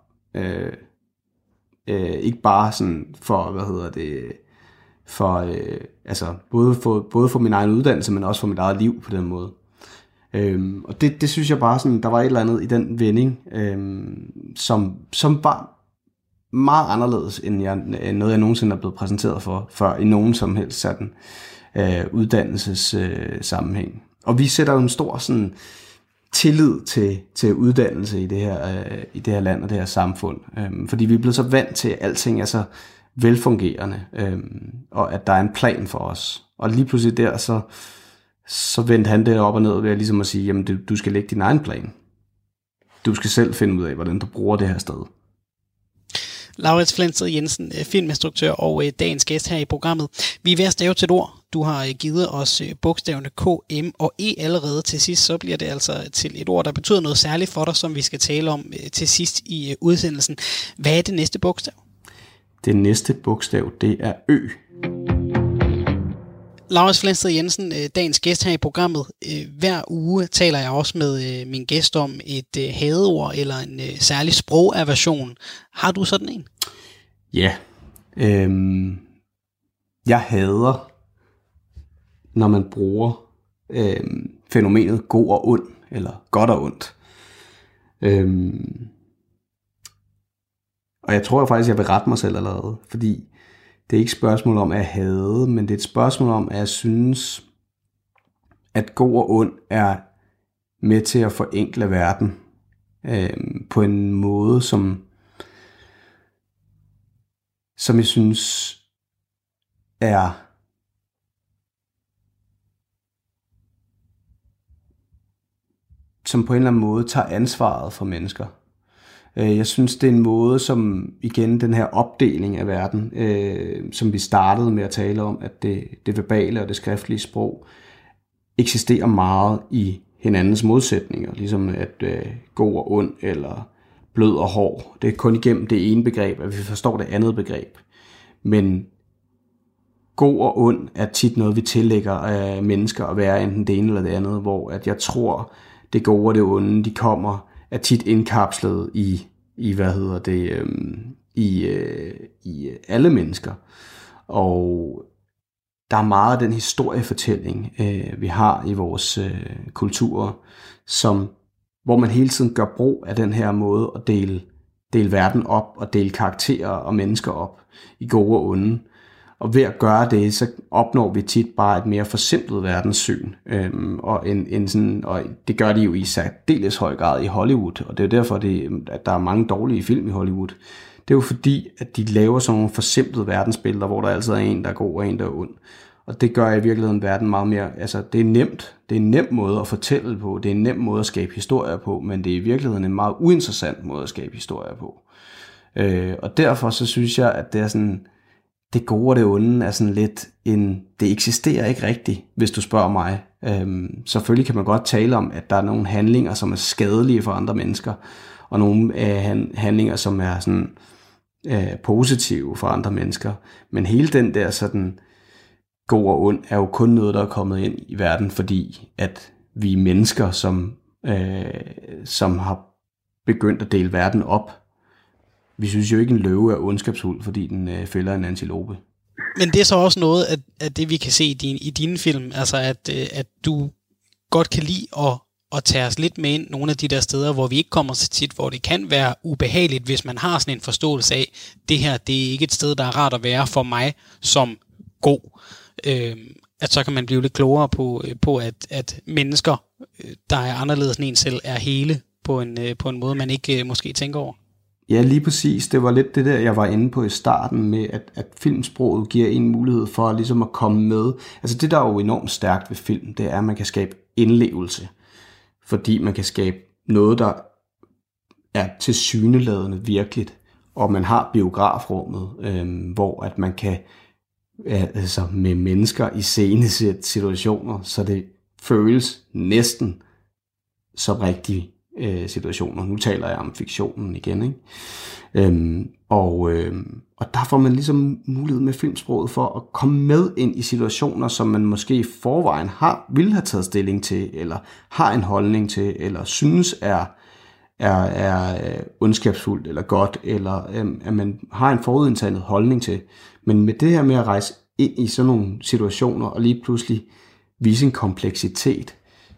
Ikke bare sådan for, altså både for min egen uddannelse, men også for mit eget liv på den måde. Og det synes jeg bare sådan, der var et eller andet i den vending, som var meget anderledes, end noget jeg nogensinde er blevet præsenteret for, før i nogen som helst sådan uddannelsessammenhæng. Og vi sætter jo en stor sådan tillid til uddannelse i det her land og det her samfund, fordi vi er blevet så vant til, at alting er så velfungerende, og at der er en plan for os. Og lige pludselig der, så vendte han det op og ned ved ligesom at sige, jamen du skal lægge din egen plan. Du skal selv finde ud af, hvordan du bruger det her sted. Laurits Flensted Jensen, filminstruktør og dagens gæst her i programmet. Vi er ved at stave til et ord. Du har givet os bogstaverne K, M og E allerede. Til sidst så bliver det altså til et ord, der betyder noget særligt for dig, som vi skal tale om til sidst i udsendelsen. Hvad er det næste bogstav? Det næste bogstav, det er Ø. Laurits Flensted Jensen, dagens gæst her i programmet. Hver uge taler jeg også med min gæst om et hadeord eller en særlig sprogaversion. Har du sådan en? Ja. Jeg hader, når man bruger fænomenet god og ond, eller godt og ondt. Og jeg tror faktisk, jeg vil rette mig selv allerede, fordi det er ikke et spørgsmål om at hade, men det er et spørgsmål om, at jeg synes, at god og ond er med til at forenkle verden på en måde, som jeg synes er som på en eller anden måde tager ansvaret for mennesker. Jeg synes, det er en måde, som igen den her opdeling af verden, som vi startede med at tale om, at det verbale og det skriftlige sprog eksisterer meget i hinandens modsætninger, ligesom at god og ond eller blød og hård. Det er kun igennem det ene begreb, at vi forstår det andet begreb. Men god og ond er tit noget, vi tillægger af mennesker at være enten det ene eller det andet, hvor at jeg tror, det gode og det onde, de kommer er tit indkapslet i alle mennesker. Og der er meget af den historiefortælling, vi har i vores kulturer, hvor man hele tiden gør brug af den her måde at dele verden op og dele karakterer og mennesker op i gode og onde. Og ved at gøre det, så opnår vi tit bare et mere forsimplet verdenssyn. Og det gør de jo i særdeles høj grad i Hollywood. Og det er jo derfor, at der er mange dårlige film i Hollywood. Det er jo fordi, at de laver sådan nogle forsimplede verdensbilleder, hvor der altid er en, der er god og en, der er ond. Og det gør i virkeligheden verden meget mere. Altså, det er nemt. Det er en nem måde at fortælle på. Det er en nem måde at skabe historier på. Men det er i virkeligheden en meget uinteressant måde at skabe historier på. Og derfor så synes jeg, at det er sådan... Det gode og det onde er sådan lidt det eksisterer ikke rigtigt, hvis du spørger mig. Selvfølgelig kan man godt tale om, at der er nogle handlinger, som er skadelige for andre mennesker, og nogle handlinger, som er sådan positive for andre mennesker. Men hele den der sådan god og ond er jo kun noget, der er kommet ind i verden, fordi at vi er mennesker, som har begyndt at dele verden op. Vi synes jo ikke, en løve er ondskabsfuld, fordi den fælder en antilope. Men det er så også noget af det, vi kan se i dine film, altså at du godt kan lide at tage os lidt med ind nogle af de der steder, hvor vi ikke kommer så tit, hvor det kan være ubehageligt, hvis man har sådan en forståelse af, det her, det er ikke et sted, der er rart at være for mig som god. At så kan man blive lidt klogere på at mennesker, der er anderledes end en selv, er hele på en måde, man ikke måske tænker over. Ja, lige præcis. Det var lidt det der, jeg var inde på i starten med, at filmsproget giver en mulighed for ligesom at komme med. Altså det, der er jo enormt stærkt ved film, det er, at man kan skabe indlevelse. Fordi man kan skabe noget, der er tilsyneladende virkeligt. Og man har biografrummet, hvor at man kan altså med mennesker i scenesætte situationer, så det føles næsten som rigtige situationer. Nu taler jeg om fiktionen igen, ikke? Og der får man ligesom mulighed med filmsproget for at komme med ind i situationer, som man måske i forvejen ville have taget stilling til, eller har en holdning til, eller synes er ondskabsfuldt eller godt, eller at man har en forudindtaget holdning til. Men med det her med at rejse ind i sådan nogle situationer, og lige pludselig vise en kompleksitet,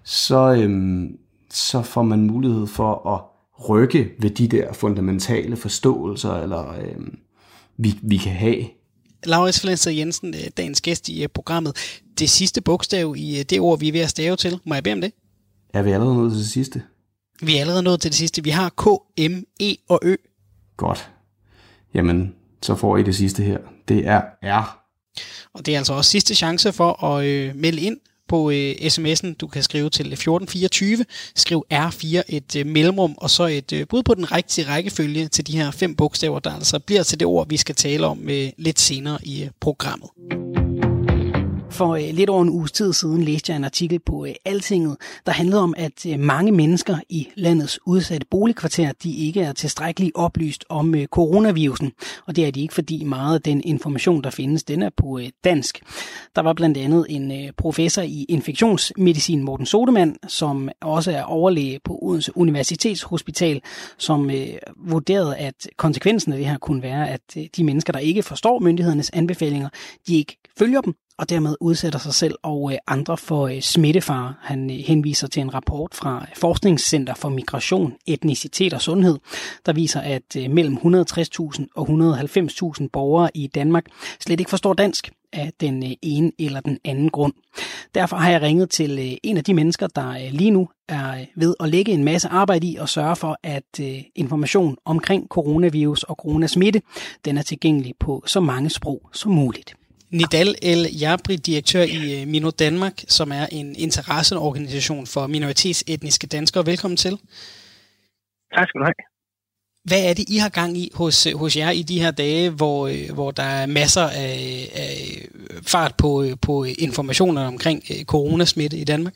så får man mulighed for at rykke ved de der fundamentale forståelser, eller vi kan have. Laurits Flensted Jensen, dagens gæst i programmet. Det sidste bogstav i det ord, vi er ved at stave til. Må jeg bede om det? Er vi allerede nået til det sidste? Vi er allerede nået til det sidste. Vi har K, M, E og Ø. Godt. Jamen, så får I det sidste her. Det er R. Og det er altså også sidste chance for at melde ind på sms'en. Du kan skrive til 1424, skriv R4 et mellemrum, og så et bud på den rigtige rækkefølge til de her 5 bogstaver, der altså bliver til det ord, vi skal tale om lidt senere i programmet. For lidt over en uges tid siden læste jeg en artikel på Altinget, der handlede om, at mange mennesker i landets udsatte boligkvarterer, de ikke er tilstrækkeligt oplyst om coronavirusen. Og det er de ikke, fordi meget af den information, der findes, den er på dansk. Der var blandt andet en professor i infektionsmedicin, Morten Sodemann, som også er overlæge på Odense Universitetshospital, som vurderede, at konsekvensen af det her kunne være, at de mennesker, der ikke forstår myndighedernes anbefalinger, de ikke følger dem, og dermed udsætter sig selv og andre for smittefare. Han henviser til en rapport fra Forskningscenter for Migration, Etnicitet og Sundhed, der viser, at mellem 160.000 og 190.000 borgere i Danmark slet ikke forstår dansk af den ene eller den anden grund. Derfor har jeg ringet til en af de mennesker, der lige nu er ved at lægge en masse arbejde i og sørge for, at information omkring coronavirus og coronasmitte, den er tilgængelig på så mange sprog som muligt. Nidal El Jabri, direktør i Mino Danmark, som er en interesseorganisation for minoritetsetniske danskere. Velkommen til. Tak skal du have. Hvad er det, I har gang i hos jer i de her dage, hvor der er masser af fart på informationer omkring coronasmitte i Danmark?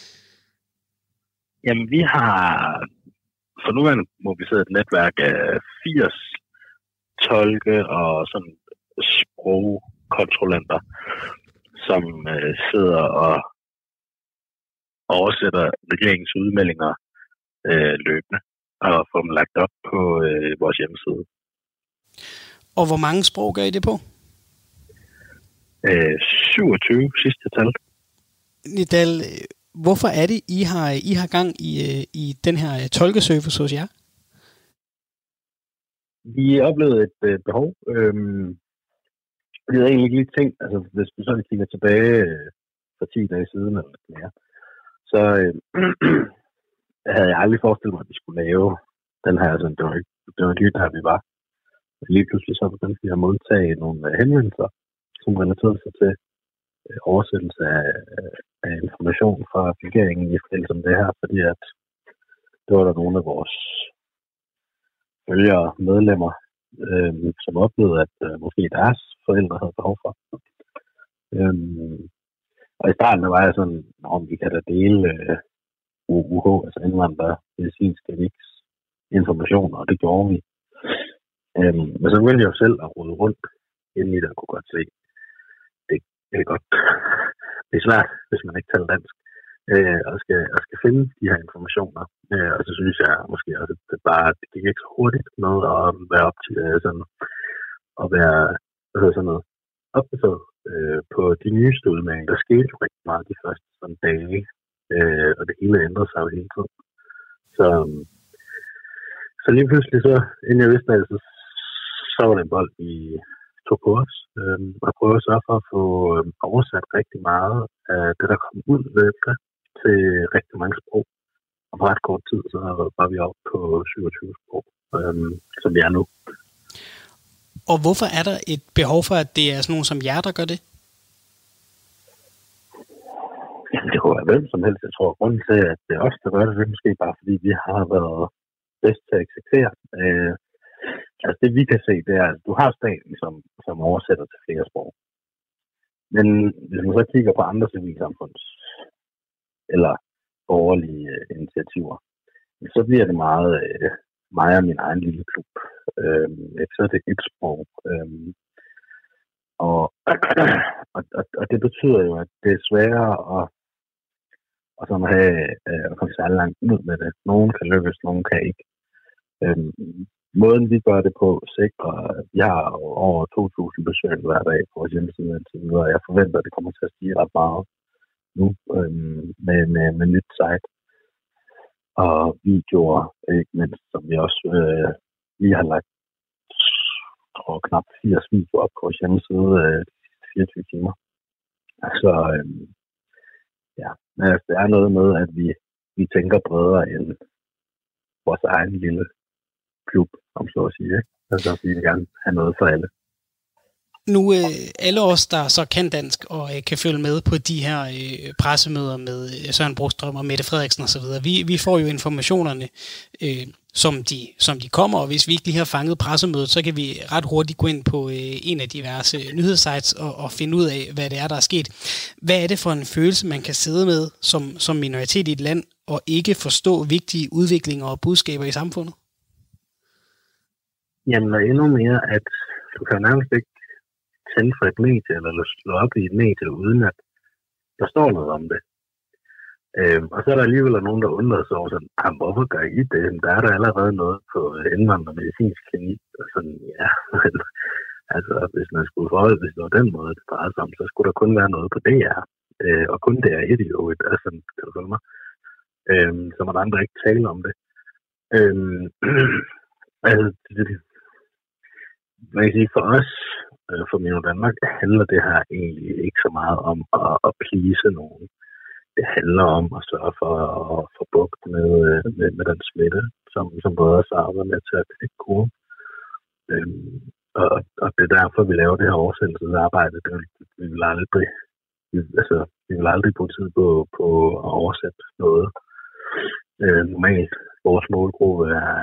Jamen, vi har for nuværende mobiliseret et netværk af 80 tolke og sådan sprogkontrollanter, som sidder og oversætter regeringens udmeldinger løbende og får dem lagt op på vores hjemmeside. Og hvor mange sprog gør I det på? 27 sidste tal. Nidal, hvorfor er det, I har gang i den her tolkeservice hos jer? Vi oplevede et behov. Vi havde egentlig ikke lige tænkt, altså hvis vi sådan kigger tilbage for 10 dage siden eller mere, så havde jeg aldrig forestillet mig, at vi skulle lave den her, altså det var lige der vi var. Og lige pludselig så begyndte vi at modtage nogle henvendelser, som relaterede sig til oversættelse af information fra regeringen i forbindelse med det her, fordi at det var der nogle af vores følgere, medlemmer, som oplevede, at måske deres forældre havde behov for. Og i starten var jeg sådan, om vi kan da dele UH, altså indvandrer medicinske informationer, og det gjorde vi. Men så begyndte jeg jo selv at rode rundt inden i det, og kunne godt se, det er godt. Det er svært, hvis man ikke taler dansk, og skal finde de her informationer. Og så synes jeg måske også, at det gik ikke så hurtigt med at være op til sådan, at være sådan noget opdateret på de nyeste udmeldinger. Der skete jo rigtig meget de første sådan dage, og det hele ændrede sig jo hele tiden. Så lige pludselig så, inden jeg vidste det, så var det en bold, vi tog på os, og prøvede at sørge for at få oversat rigtig meget af det, der kom ud løbende til rigtig mange sprog. Og på ret kort tid, så var vi oppe på 27 sprog, som vi er nu. Og hvorfor er der et behov for, at det er sådan nogen som jer, der gør det? Jamen, det kunne være hvem som helst. Jeg tror, grunden til, at det er os, der gør det, det er måske bare, fordi vi har været bedst til at eksekvere. Altså det, vi kan se, det er, at du har staten, som oversætter til flere sprog. Men hvis man så kigger på andre civilsamfunds eller borgerlige initiativer, så bliver det meget mig og min egen lille klub. Så er det et sprog. Og det betyder jo, at det er sværere at sådan have at komme særlig langt ud med det. Nogen kan lykkes, nogen kan ikke. Måden vi gør det på sikrer, at vi har over 2.000 besøg hver dag på vores hjemmeside, og jeg forventer, at det kommer til at stige ret meget nu med nyt site og videoer, ikke mindst, som vi også lige har lagt knap 80 videoer op på vores hjemmeside 24 timer. Så ja, men det er noget med, at vi tænker bredere end vores egen lille klub, om så at sige. Ikke? Altså, vi vil gerne have noget for alle. Nu alle os, der så kan dansk og kan følge med på de her pressemøder med Søren Brostrøm og Mette Frederiksen osv., vi får jo informationerne, som de kommer, og hvis vi ikke lige har fanget pressemødet, så kan vi ret hurtigt gå ind på en af diverse nyhedssites og finde ud af, hvad det er, der er sket. Hvad er det for en følelse, man kan sidde med som minoritet i et land, og ikke forstå vigtige udviklinger og budskaber i samfundet? Jamen, og endnu mere, at du kan nærmest ikke tænde for et medie, eller slå op i et medie, uden at der står noget om det. Og så er der alligevel nogen, der undrer sig over sådan, hvorfor gør I det? Der er der allerede noget på indvandrermedicinsk klinik, og sådan, ja, altså, hvis man skulle forholde, hvis det var den måde, det drejede sig om, så skulle der kun være noget på DR, og kun DR1 i øvrigt, altså, kan du følge mig? Så må der andre ikke tale om det. Altså, man kan sige, for os, for Mino Danmark, handler det her egentlig ikke så meget om at please nogen. Det handler om at sørge for at få bugt med den smitte, som både er sammen med til at knække kurven. Og det er derfor, vi laver det her oversættelsesarbejde. Vi vil aldrig bruge tid på at oversætte noget. Normalt, vores målgruppe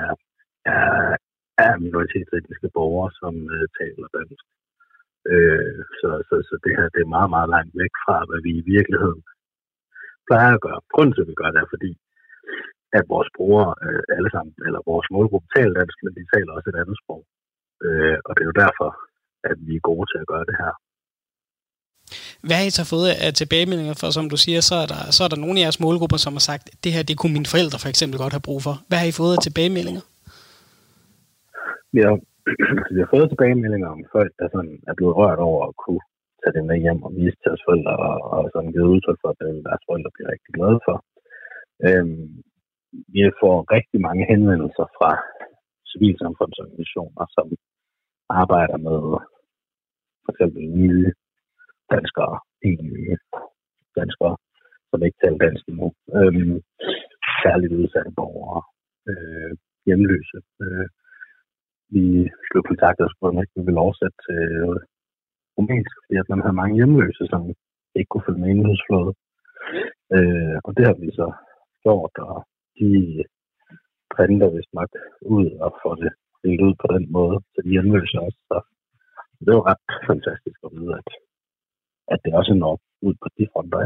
er minoritetsetniske borgere, som taler dansk. Så det her, det er meget, meget langt væk fra, hvad vi i virkeligheden plejer at gøre. Grunden til, at vi gør det, er fordi, at vores brugere alle sammen, eller vores målgruppe taler dansk, men de taler også et andet sprog. Og det er jo derfor, at vi er gode til at gøre det her. Hvad har I så fået af tilbagemeldinger for, som du siger, så er der nogle af jeres målgrupper, som har sagt, det her, det kunne mine forældre for eksempel godt have brug for. Hvad har I fået af tilbagemeldinger? Vi har fået tilbagemeldinger om folk, der sådan er blevet rørt over at kunne tage det med hjem og vise til deres forældre, og sådan givet udtryk for, at deres forældre bliver rigtig glade for. Vi får rigtig mange henvendelser fra civilsamfundsorganisationer, som arbejder med for eksempel nye danskere, helt nye danskere, som ikke taler dansk endnu. Særligt udsatte borgere, hjemløse. Vi blev kontaktet og spurgte, om ikke vi ville oversætte til rumænsk, fordi at man havde mange hjemløse, som ikke kunne følge med i nyhedsflådet. Og det har vi så gjort, og de printer vist nok ud og får det delt ud på den måde, så de hjemløse også. Så det var ret fantastisk at vide, at det også når ud på de fronter.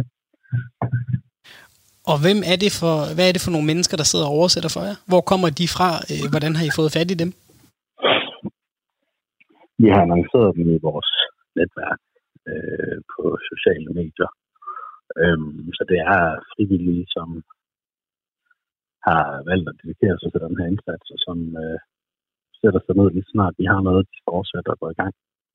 Og hvad er det for nogle mennesker, der sidder og oversætter for jer? Hvor kommer de fra? Hvordan har I fået fat i dem? Vi har annonceret dem i vores netværk på sociale medier. Så det er frivillige, som har valgt at dedikere sig til den her indsats, og som sætter sig ned lige snart de har noget, de skal oversætte og gå i gang.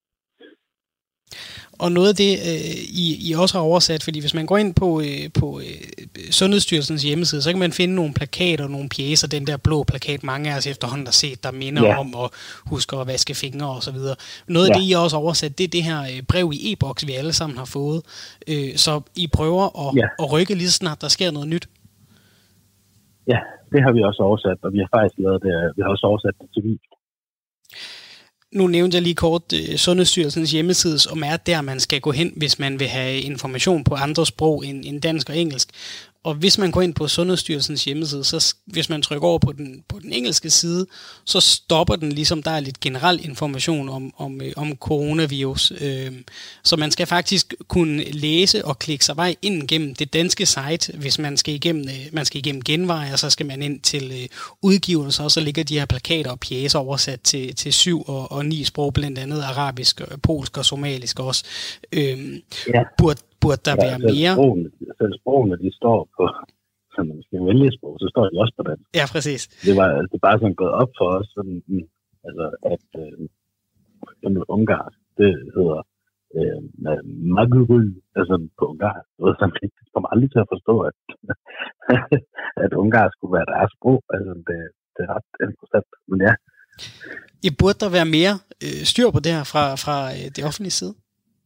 Og noget af det, I også har oversat, fordi hvis man går ind på Sundhedsstyrelsens hjemmeside, så kan man finde nogle plakater og nogle pjecer, den der blå plakat, mange af os efterhånden har set, der minder om at huske at vaske fingre og så videre. Noget af det, I har også oversat, det er det her brev i e-boks, vi alle sammen har fået. Så I prøver at rykke lige så snart, der sker noget nyt. Ja, det har vi også oversat, og vi har faktisk lavet det, vi har også oversat det til video. Nu nævnte jeg lige kort Sundhedsstyrelsens hjemmeside, som er der, man skal gå hen, hvis man vil have information på andre sprog end dansk og engelsk. Og hvis man går ind på Sundhedsstyrelsens hjemmeside, så hvis man trykker over på den engelske side, så stopper den ligesom, der er lidt generel information om coronavirus. Så man skal faktisk kunne læse og klikke sig vej ind gennem det danske site, hvis man skal igennem genveje, og så skal man ind til udgivelser, og så ligger de her plakater og pjecer oversat til 7 og 9 sprog, blandt andet arabisk, polsk og somalisk også. Burde der være mere? Selv sprogene, de står på, som man skal vælge sprog, så står de også på dansk. Ja, præcis. Det er bare sådan gået op for os, sådan, altså, at for eksempel ungarsk, det hedder Magurul, altså på ungarsk. Jeg kommer aldrig til at forstå, at ungarsk skulle være deres sprog. Altså, det er ret interessant, men ja. Burde der være mere styr på det her fra det offentlige side?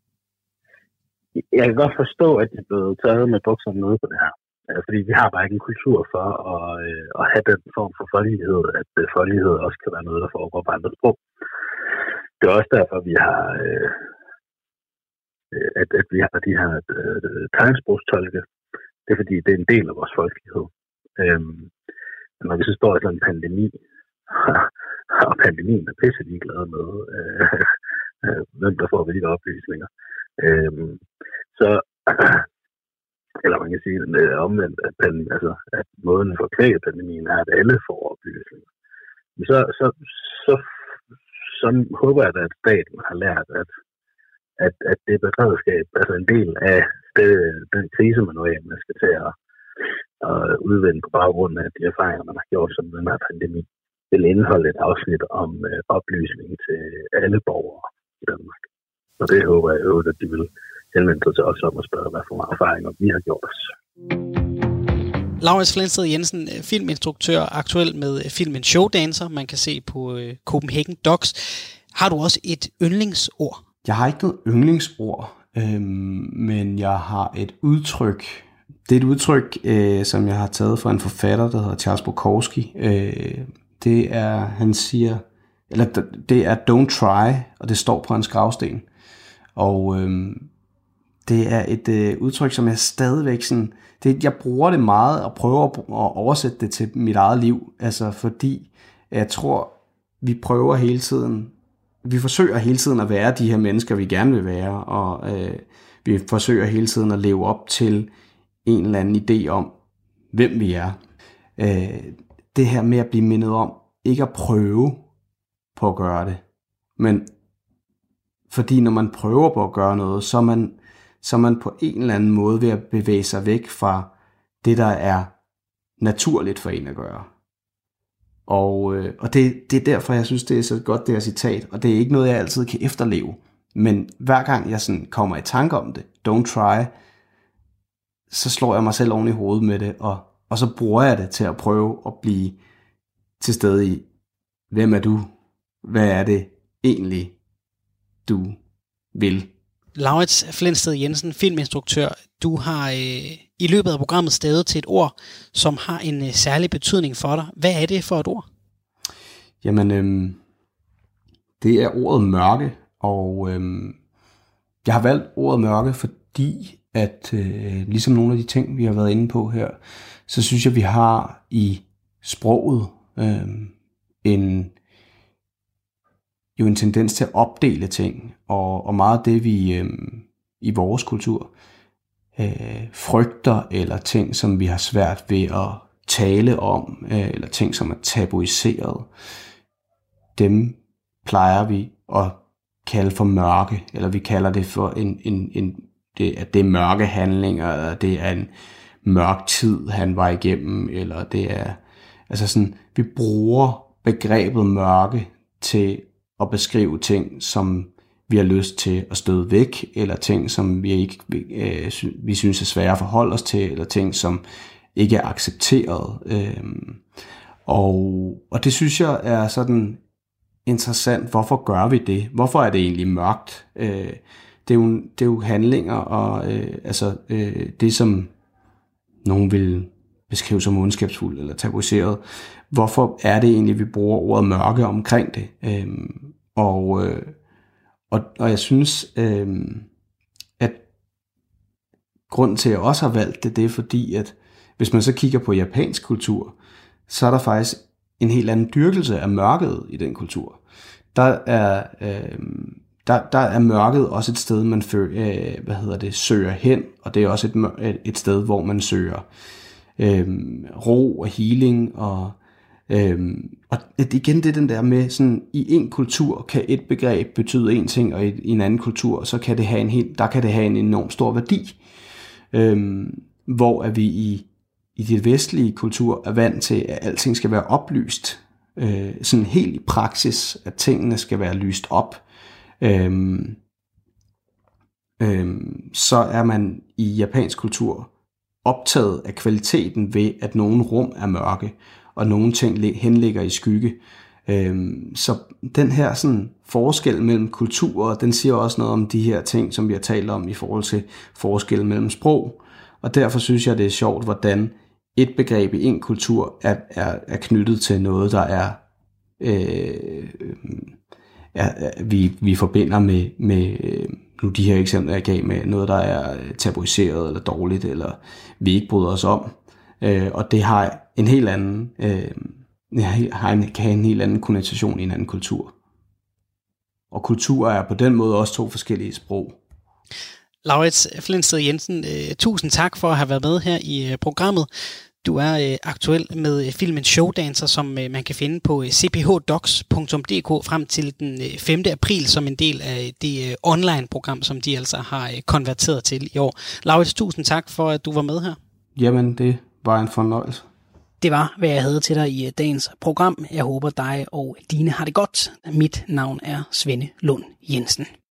Jeg kan godt forstå, at det er blevet taget med bukserne nede på det her. Fordi vi har bare ikke en kultur for at have den form for folkelighed, at folkelighed også kan være noget, der foregår på andre sprog. Det er også derfor, vi har at vi har de her tegnsprogstolke. Det er fordi, det er en del af vores folkelighed. Når vi så står i sådan en pandemi, og pandemien er pisse ligeglad med, hvem der får hvilke oplysninger. Så, eller man kan sige, at det er omvendt, at måden for at kvæge pandemien er, at alle får oplysninger. Men så håber jeg, at staten har lært, at det beredskab, altså en del af den krisemanual, man skal til at udvinde på baggrund af de erfaringer, man har gjort som den her pandemi, vil indeholde et afsnit om oplysning til alle borgere i Danmark. Og det håber jeg at de vil henvende sig til os om at spørge, hvad for nogle erfaringer vi har gjort os. Lauritz Flensted Jensen, filminstruktør, aktuel med filmen Showdancer, man kan se på Copenhagen Docs. Har du også et yndlingsord? Jeg har ikke noget yndlingsord, men jeg har et udtryk. Det er et udtryk, som jeg har taget fra en forfatter, der hedder Charles Bukowski. Det er don't try, og det står på hans gravsten. Og det er et udtryk, som jeg stadigvæk sådan, jeg bruger det meget og prøver at oversætte det til mit eget liv, altså fordi jeg tror, vi forsøger hele tiden at være de her mennesker, vi gerne vil være, og vi forsøger hele tiden at leve op til en eller anden idé om, hvem vi er. Det her med at blive mindet om, ikke at prøve på at gøre det, men fordi når man prøver på at gøre noget, så er man på en eller anden måde ved at bevæge sig væk fra det, der er naturligt for en at gøre. Og det er derfor, jeg synes, det er så godt, det her citat, og det er ikke noget, jeg altid kan efterleve. Men hver gang jeg sådan kommer i tanke om det, don't try, så slår jeg mig selv oven i hovedet med det, og så bruger jeg det til at prøve at blive til stede i, hvem er du? Hvad er det egentlig, du vil? Lauritz Flensted Jensen, filminstruktør, du har i løbet af programmet stadig til et ord, som har en særlig betydning for dig. Hvad er det for et ord? Jamen, det er ordet mørke, og jeg har valgt ordet mørke, fordi at ligesom nogle af de ting, vi har været inde på her, så synes jeg, vi har i sproget en tendens til at opdele ting, og meget af det, vi i vores kultur frygter, eller ting, som vi har svært ved at tale om, eller ting, som er tabuiseret, dem plejer vi at kalde for mørke, eller vi kalder det for at det er mørke handlinger, eller det er en mørk tid, han var igennem, eller det er, altså sådan, vi bruger begrebet mørke til at beskrive ting, som vi har lyst til at støde væk, eller ting, som vi synes er svære at forholde os til, eller ting, som ikke er accepteret. Og det synes jeg er sådan interessant. Hvorfor gør vi det? Hvorfor er det egentlig mørkt? Det er jo handlinger, og det, som nogen vil beskrive som ondskabsfuldt eller tabuiseret. Hvorfor er det egentlig, vi bruger ordet mørke omkring det? Og jeg synes, at grunden til, at jeg også har valgt det, det er fordi, at hvis man så kigger på japansk kultur, så er der faktisk en helt anden dyrkelse af mørket i den kultur. Der er mørket også et sted, man søger hen, og det er også et sted, hvor man søger ro og healing, og igen det er den der med sådan, i en kultur kan et begreb betyde en ting, og i en anden kultur så kan det have en enorm stor værdi, hvor er vi i det vestlige kultur er vant til, at alting skal være oplyst, sådan helt i praksis, at tingene skal være lyst op. Så er man i japansk kultur optaget af kvaliteten ved, at nogle rum er mørke, og nogle ting henligger i skygge. Så den her sådan forskel mellem kulturer, den siger også noget om de her ting, som vi har talt om i forhold til forskel mellem sprog. Og derfor synes jeg, det er sjovt, hvordan et begreb i en kultur er knyttet til noget, der er vi forbinder med nu de her eksempler, jeg gav med noget, der er tabuiseret eller dårligt, eller vi ikke bryder os om. Og det har en helt anden, kan have en helt anden konnotation i en anden kultur. Og kultur er på den måde også 2 forskellige sprog. Laurits Flensted Jensen, tusind tak for at have været med her i programmet. Du er aktuel med filmen Showdancer, som man kan finde på cphdocs.dk frem til den 5. april som en del af det online-program, som de altså har konverteret til i år. Laurits, tusind tak for, at du var med her. Jamen, det var en fornøjelse. Det var, hvad jeg havde til dig i dagens program. Jeg håber dig og dine har det godt. Mit navn er Svende Lund Jensen.